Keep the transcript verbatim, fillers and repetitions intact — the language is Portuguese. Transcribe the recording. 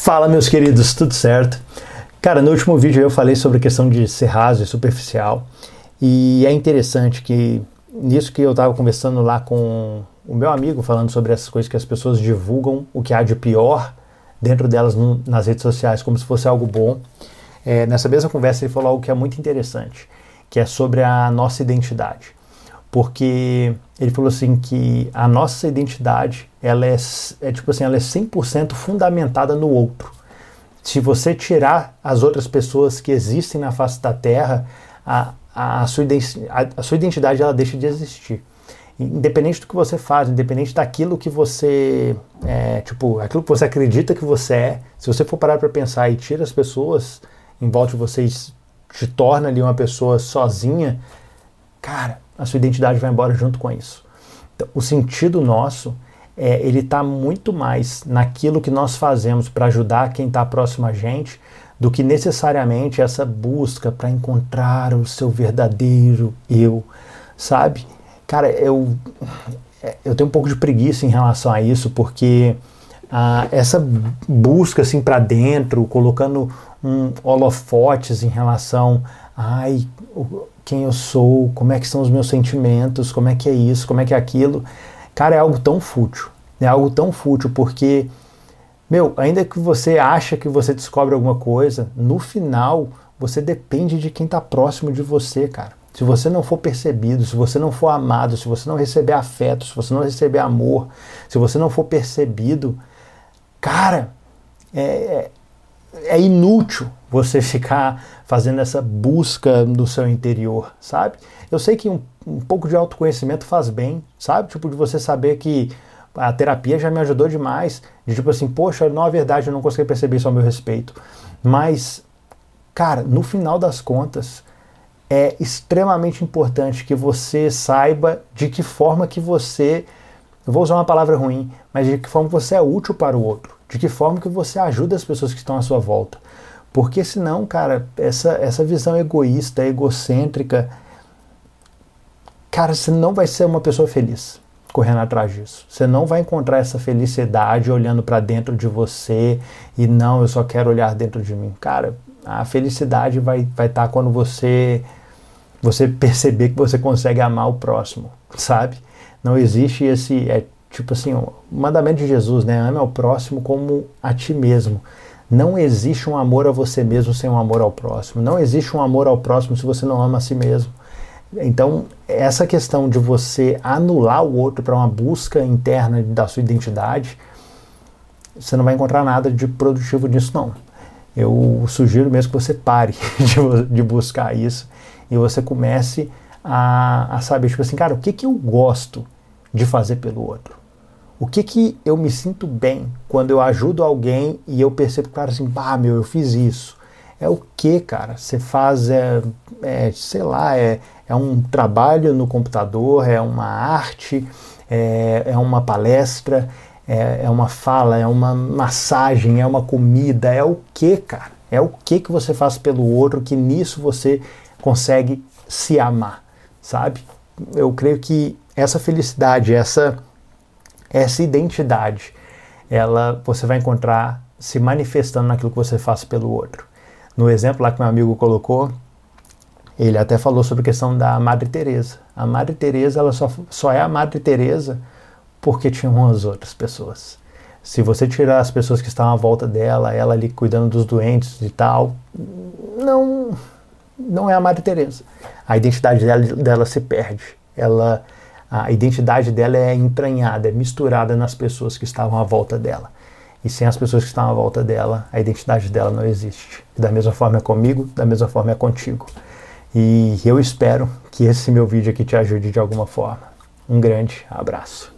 Fala, meus queridos, tudo certo? Cara, no último vídeo eu falei sobre a questão de ser raso e superficial, e é interessante que nisso que eu estava conversando lá com o meu amigo, falando sobre essas coisas que as pessoas divulgam o que há de pior dentro delas no, nas redes sociais, como se fosse algo bom. É, nessa mesma conversa ele falou algo que é muito interessante, que é sobre a nossa identidade. Porque ele falou assim que a nossa identidade, ela é, é tipo assim, ela é cem por cento fundamentada no outro. Se você tirar as outras pessoas que existem na face da Terra, a, a, a, sua, a, a sua identidade ela deixa de existir. Independente do que você faz, independente daquilo que você, é, tipo, aquilo que você acredita que você é, se você for parar para pensar e tira as pessoas em volta de você e te torna ali uma pessoa sozinha, cara, a sua identidade vai embora junto com isso. Então, o sentido nosso, é, ele está muito mais naquilo que nós fazemos para ajudar quem está próximo a gente, do que necessariamente essa busca para encontrar o seu verdadeiro eu, sabe? Cara, eu, eu tenho um pouco de preguiça em relação a isso, porque ah, essa busca assim para dentro, colocando um holofotes em relação ai, quem eu sou, como é que são os meus sentimentos, como é que é isso, como é que é aquilo, cara, é algo tão fútil, é algo tão fútil, porque, meu, ainda que você acha que você descobre alguma coisa, no final, você depende de quem está próximo de você, cara. Se você não for percebido, se você não for amado, se você não receber afeto, se você não receber amor, se você não for percebido, cara, é, é inútil você ficar fazendo essa busca no seu interior, sabe? Eu sei que um, um pouco de autoconhecimento faz bem, sabe? Tipo, de você saber que a terapia já me ajudou demais, de tipo assim, poxa, não é verdade, eu não consegui perceber isso ao meu respeito. Mas, cara, no final das contas, é extremamente importante que você saiba de que forma que você, eu vou usar uma palavra ruim, mas de que forma você é útil para o outro, de que forma que você ajuda as pessoas que estão à sua volta. Porque senão, cara, essa, essa visão egoísta, egocêntrica, cara, você não vai ser uma pessoa feliz correndo atrás disso. Você não vai encontrar essa felicidade olhando para dentro de você e não, eu só quero olhar dentro de mim. Cara, a felicidade vai vai estar quando você você perceber que você consegue amar o próximo, sabe? Não existe esse, é tipo assim, o mandamento de Jesus, né? Ame ao próximo como a ti mesmo. Não existe um amor a você mesmo sem um amor ao próximo. Não existe um amor ao próximo se você não ama a si mesmo. Então, essa questão de você anular o outro para uma busca interna da sua identidade, você não vai encontrar nada de produtivo nisso, não. Eu sugiro mesmo que você pare de, de buscar isso e você comece a, a saber, tipo assim, cara, o que, que eu gosto de fazer pelo outro? O que que eu me sinto bem quando eu ajudo alguém e eu percebo, cara, assim, bah, meu, eu fiz isso. É o que, cara? Você faz, é, é, sei lá, é, é um trabalho no computador, é uma arte, é, é uma palestra, é, é uma fala, é uma massagem, é uma comida, é o que, cara? É o que que você faz pelo outro que nisso você consegue se amar, sabe? Eu creio que essa felicidade, essa... essa identidade, ela você vai encontrar se manifestando naquilo que você faz pelo outro. No exemplo lá que meu amigo colocou, ele até falou sobre a questão da Madre Teresa. A Madre Teresa, ela só, só é a Madre Teresa porque tinham as outras pessoas. Se você tirar as pessoas que estavam à volta dela, ela ali cuidando dos doentes e tal, não, não é a Madre Teresa. A identidade dela, dela se perde. Ela... A identidade dela é entranhada, é misturada nas pessoas que estavam à volta dela. E sem as pessoas que estão à volta dela, a identidade dela não existe. Da mesma forma é comigo, da mesma forma é contigo. E eu espero que esse meu vídeo aqui te ajude de alguma forma. Um grande abraço.